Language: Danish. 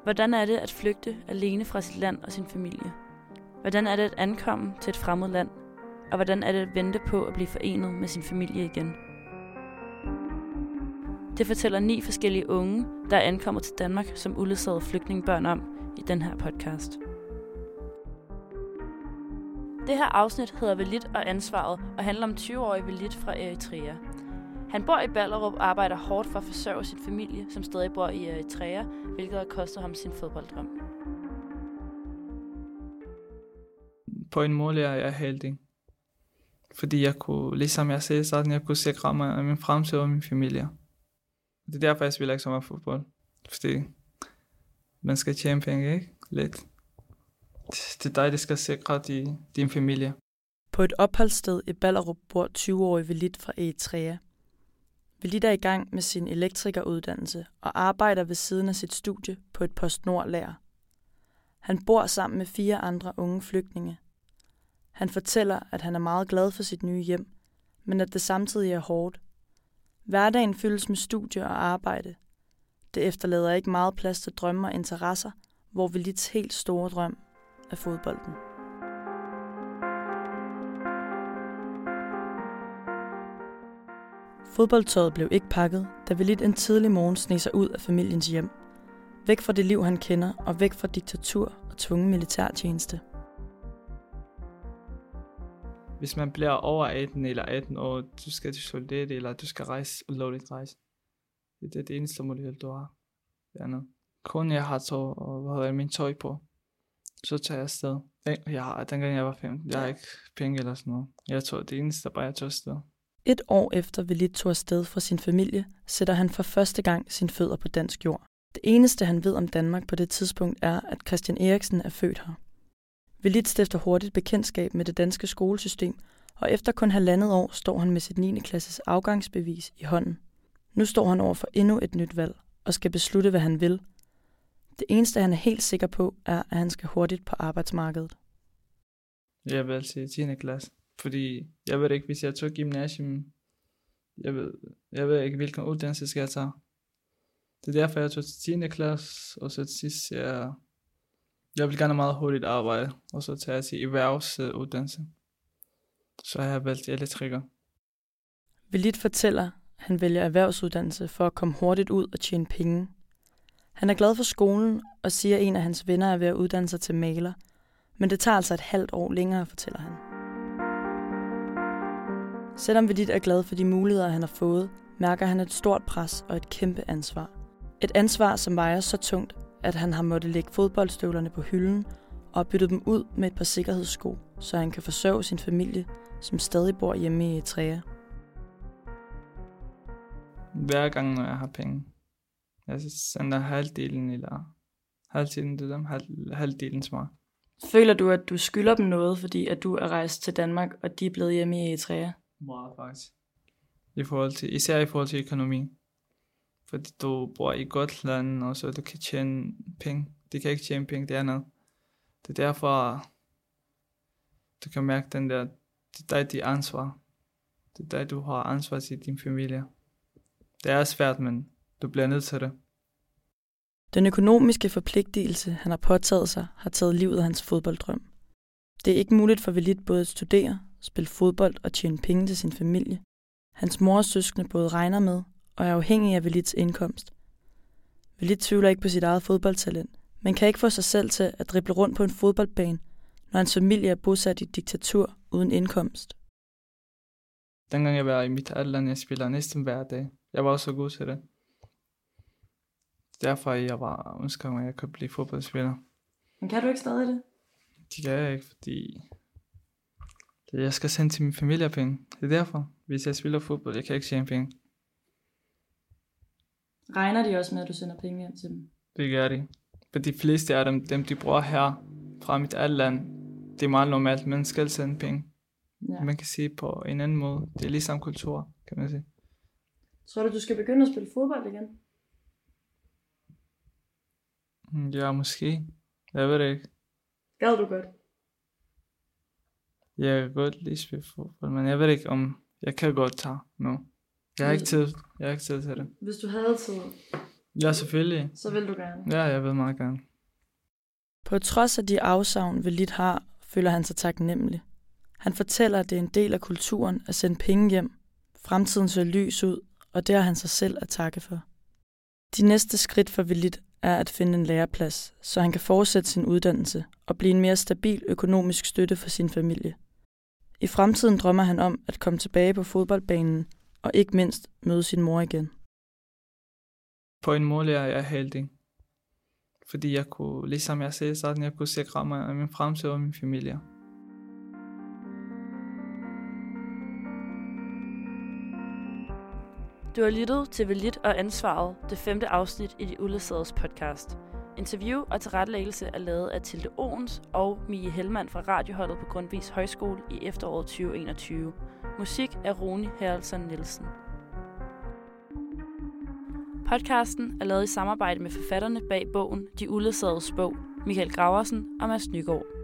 Hvordan er det at flygte alene fra sit land og sin familie? Hvordan er det at ankomme til et fremmed land? Og hvordan er det at vente på at blive forenet med sin familie igen? Det fortæller 9 forskellige unge, der er ankommet til Danmark som uledsagede flygtningebørn om i den her podcast. Det her afsnit hedder Velit og ansvaret og handler om 20-årige Velit fra Eritrea. Han bor i Ballerup og arbejder hårdt for at forsørge sin familie, som stadig bor i Eritrea, hvilket har kostet ham sin fodbolddrøm. På en måde er jeg heldig. Fordi jeg kunne, ligesom jeg sagde sådan, jeg kunne sikre mig min fremtid og min familie. Det er derfor, jeg spiller ikke så meget fodbold. Fordi man skal tjene penge, ikke? Lidt. Det er dig, der skal sikre din familie. På et opholdssted i Ballerup bor 20-årige Velit fra Eritrea. Velit er i gang med sin elektrikeruddannelse og arbejder ved siden af sit studie på et PostNord-lager. Han bor sammen med 4 andre unge flygtninge. Han fortæller, at han er meget glad for sit nye hjem, men at det samtidig er hårdt. Hverdagen fyldes med studie og arbejde. Det efterlader ikke meget plads til drømme og interesser, hvor Velits helt store drøm er fodbolden. Fodboldtøjet blev ikke pakket, da Velit en tidlig morgen sneg sig ud af familiens hjem. Væk fra det liv, han kender, og væk fra diktatur og tvungen militærtjeneste. Hvis man bliver over 18 eller 18 år, du skal til soldat, eller du skal rejse ulovligt rejse. Det er det eneste mulighed, du har. Kun jeg har tøj, og min tøj på, så tager jeg afsted. Dengang jeg var 15, jeg har ikke penge eller sådan noget. Jeg tror, det eneste bare jeg tog afsted. 1 år efter Velit tog afsted fra sin familie, sætter han for første gang sine fødder på dansk jord. Det eneste, han ved om Danmark på det tidspunkt, er, at Christian Eriksen er født her. Velit stifter hurtigt bekendtskab med det danske skolesystem, og efter kun 1,5 år står han med sit 9. klasses afgangsbevis i hånden. Nu står han over for endnu et nyt valg, og skal beslutte, hvad han vil. Det eneste, han er helt sikker på, er, at han skal hurtigt på arbejdsmarkedet. Jeg vil sige 10. klasse, fordi jeg ved ikke, hvis jeg tog gymnasium, jeg ved ikke, hvilken uddannelse skal jeg tage. Det er derfor, jeg tog til 10. klasse, og så til sidst, jeg vil gerne meget hurtigt arbejde, og så tager jeg til erhvervsuddannelse. Så har jeg valgt elektriker. Velit fortæller, at han vælger erhvervsuddannelse for at komme hurtigt ud og tjene penge. Han er glad for skolen og siger, at en af hans venner er ved at uddanne sig til maler. Men det tager altså 1,5 år længere, fortæller han. Selvom Velit er glad for de muligheder, han har fået, mærker han et stort pres og et kæmpe ansvar. Et ansvar, som vejer så tungt, at han har måttet lægge fodboldstøvlerne på hylden og byttet dem ud med et par sikkerhedssko, så han kan forsørge sin familie, som stadig bor hjemme i Eritrea. Hver gang, når jeg har penge, jeg sender halvdelen til dem, halvdelen til mig. Føler du, at du skylder dem noget, fordi at du er rejst til Danmark, og de er blevet hjemme i Eritrea? Meget faktisk. Især i forhold til økonomi. Fordi du bor i et godt land, og så du kan tjene penge. De kan ikke tjene penge, det er noget. Det er derfor, du kan mærke den der, det er dig, dit ansvar. Det er dig, du har ansvar til din familie. Det er svært, men du bliver nødt til det. Den økonomiske forpligtelse, han har påtaget sig, har taget livet af hans fodbolddrøm. Det er ikke muligt for Velit både at studere, spille fodbold og tjene penge til sin familie. Hans mor og søskende både regner med og er afhængig af Velits indkomst. Velit tvivler ikke på sit eget fodboldtalent, men kan ikke få sig selv til at drible rundt på en fodboldbane, når hans familie er bosat i diktatur uden indkomst. Dengang jeg var i mit eget land, jeg spiller næsten hver dag. Jeg var også så god til det. Derfor jeg bare ønsker mig, at jeg kan blive fodboldspiller. Men kan du ikke stadig det? Det kan jeg ikke, fordi jeg skal sende til min familie penge. Det er derfor, hvis jeg spiller fodbold, jeg kan ikke tjene penge. Regner de også med, at du sender penge hjem til dem? Det gør de. For de fleste af dem de bruger her fra mit eget land, det er meget normalt, man skal sende penge. Ja. Man kan sige på en anden måde. Det er ligesom kultur, kan man sige. Tror du skal begynde at spille fodbold igen? Ja, måske. Jeg ved det ikke. Gad du godt? Jeg kan godt lide at spille fodbold, men jeg ved ikke, om jeg kan godt tage nu. Jeg har ikke tid til det. Hvis du havde tid, Ja, selvfølgelig. Så vil du gerne? Ja, jeg vil meget gerne. På trods af de afsavn, Walid har, føler han sig taknemmelig. Han fortæller, at det er en del af kulturen at sende penge hjem. Fremtiden ser lys ud, og det har han sig selv at takke for. De næste skridt for Walid er at finde en læreplads, så han kan fortsætte sin uddannelse og blive en mere stabil økonomisk støtte for sin familie. I fremtiden drømmer han om at komme tilbage på fodboldbanen og ikke mindst møde sin mor igen. På en måde er jeg heldig. Fordi jeg kunne, ligesom jeg sagde sådan, jeg kunne sikre mig min fremtid og min familie. Du har lyttet til Walid og Ansvaret, det 5. afsnit i De Uledsagedes podcast. Interview og tilrettelæggelse er lavet af Tilde Owens og Mie Hellmann fra radioholdet på Grundtvigs Højskole i efteråret 2021. Musik af Roni Haraldsson Nielsen. Podcasten er lavet i samarbejde med forfatterne bag bogen De Uledsagedes bog, Michael Graversen og Mads Nygaard.